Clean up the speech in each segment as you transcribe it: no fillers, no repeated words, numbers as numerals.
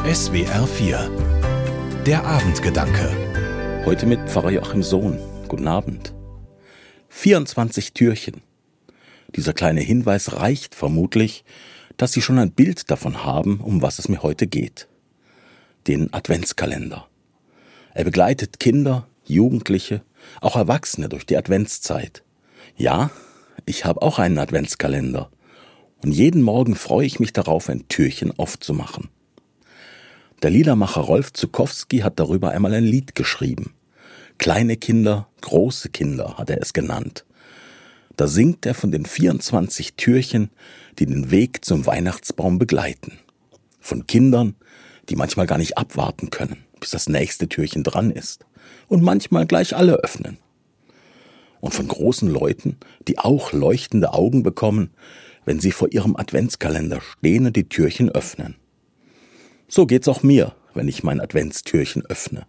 SWR 4 Der Abendgedanke. Heute mit Pfarrer Joachim Sohn. Guten Abend. 24 Türchen. Dieser kleine Hinweis reicht vermutlich, dass Sie schon ein Bild davon haben, um was es mir heute geht. Den Adventskalender. Er begleitet Kinder, Jugendliche, auch Erwachsene durch die Adventszeit. Ja, ich habe auch einen Adventskalender. Und jeden Morgen freue ich mich darauf, ein Türchen aufzumachen. Der Liedermacher Rolf Zuckowski hat darüber einmal ein Lied geschrieben. Kleine Kinder, große Kinder hat er es genannt. Da singt er von den 24 Türchen, die den Weg zum Weihnachtsbaum begleiten. Von Kindern, die manchmal gar nicht abwarten können, bis das nächste Türchen dran ist. Und manchmal gleich alle öffnen. Und von großen Leuten, die auch leuchtende Augen bekommen, wenn sie vor ihrem Adventskalender stehen und die Türchen öffnen. So geht's auch mir, wenn ich mein Adventstürchen öffne.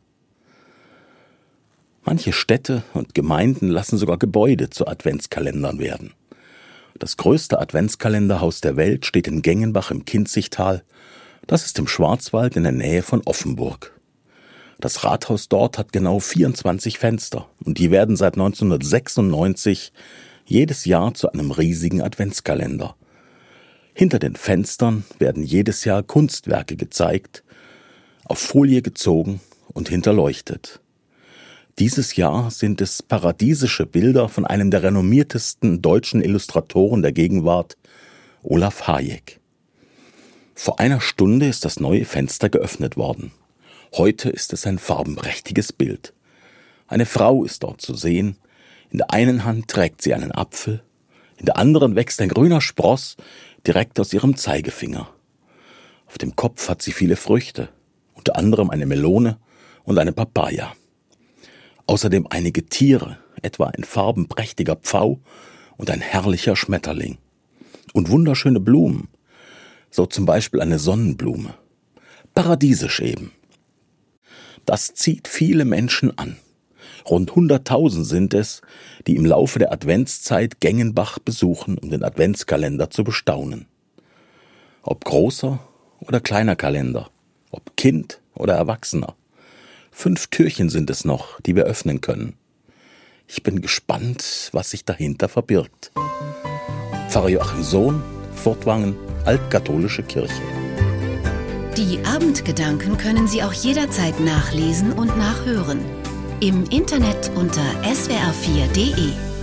Manche Städte und Gemeinden lassen sogar Gebäude zu Adventskalendern werden. Das größte Adventskalenderhaus der Welt steht in Gengenbach im Kinzigtal. Das ist im Schwarzwald in der Nähe von Offenburg. Das Rathaus dort hat genau 24 Fenster und die werden seit 1996 jedes Jahr zu einem riesigen Adventskalender. Hinter den Fenstern werden jedes Jahr Kunstwerke gezeigt, auf Folie gezogen und hinterleuchtet. Dieses Jahr sind es paradiesische Bilder von einem der renommiertesten deutschen Illustratoren der Gegenwart, Olaf Hayek. Vor einer Stunde ist das neue Fenster geöffnet worden. Heute ist es ein farbenprächtiges Bild. Eine Frau ist dort zu sehen. In der einen Hand trägt sie einen Apfel, in der anderen wächst ein grüner Spross direkt aus ihrem Zeigefinger. Auf dem Kopf hat sie viele Früchte, unter anderem eine Melone und eine Papaya. Außerdem einige Tiere, etwa ein farbenprächtiger Pfau und ein herrlicher Schmetterling. Und wunderschöne Blumen, so zum Beispiel eine Sonnenblume. Paradiesisch eben. Das zieht viele Menschen an. Rund 100.000 sind es, die im Laufe der Adventszeit Gengenbach besuchen, um den Adventskalender zu bestaunen. Ob großer oder kleiner Kalender, ob Kind oder Erwachsener. 5 Türchen sind es noch, die wir öffnen können. Ich bin gespannt, was sich dahinter verbirgt. Pfarrer Joachim Sohn, Furtwangen, Altkatholische Kirche. Die Abendgedanken können Sie auch jederzeit nachlesen und nachhören. Im Internet unter swr4.de.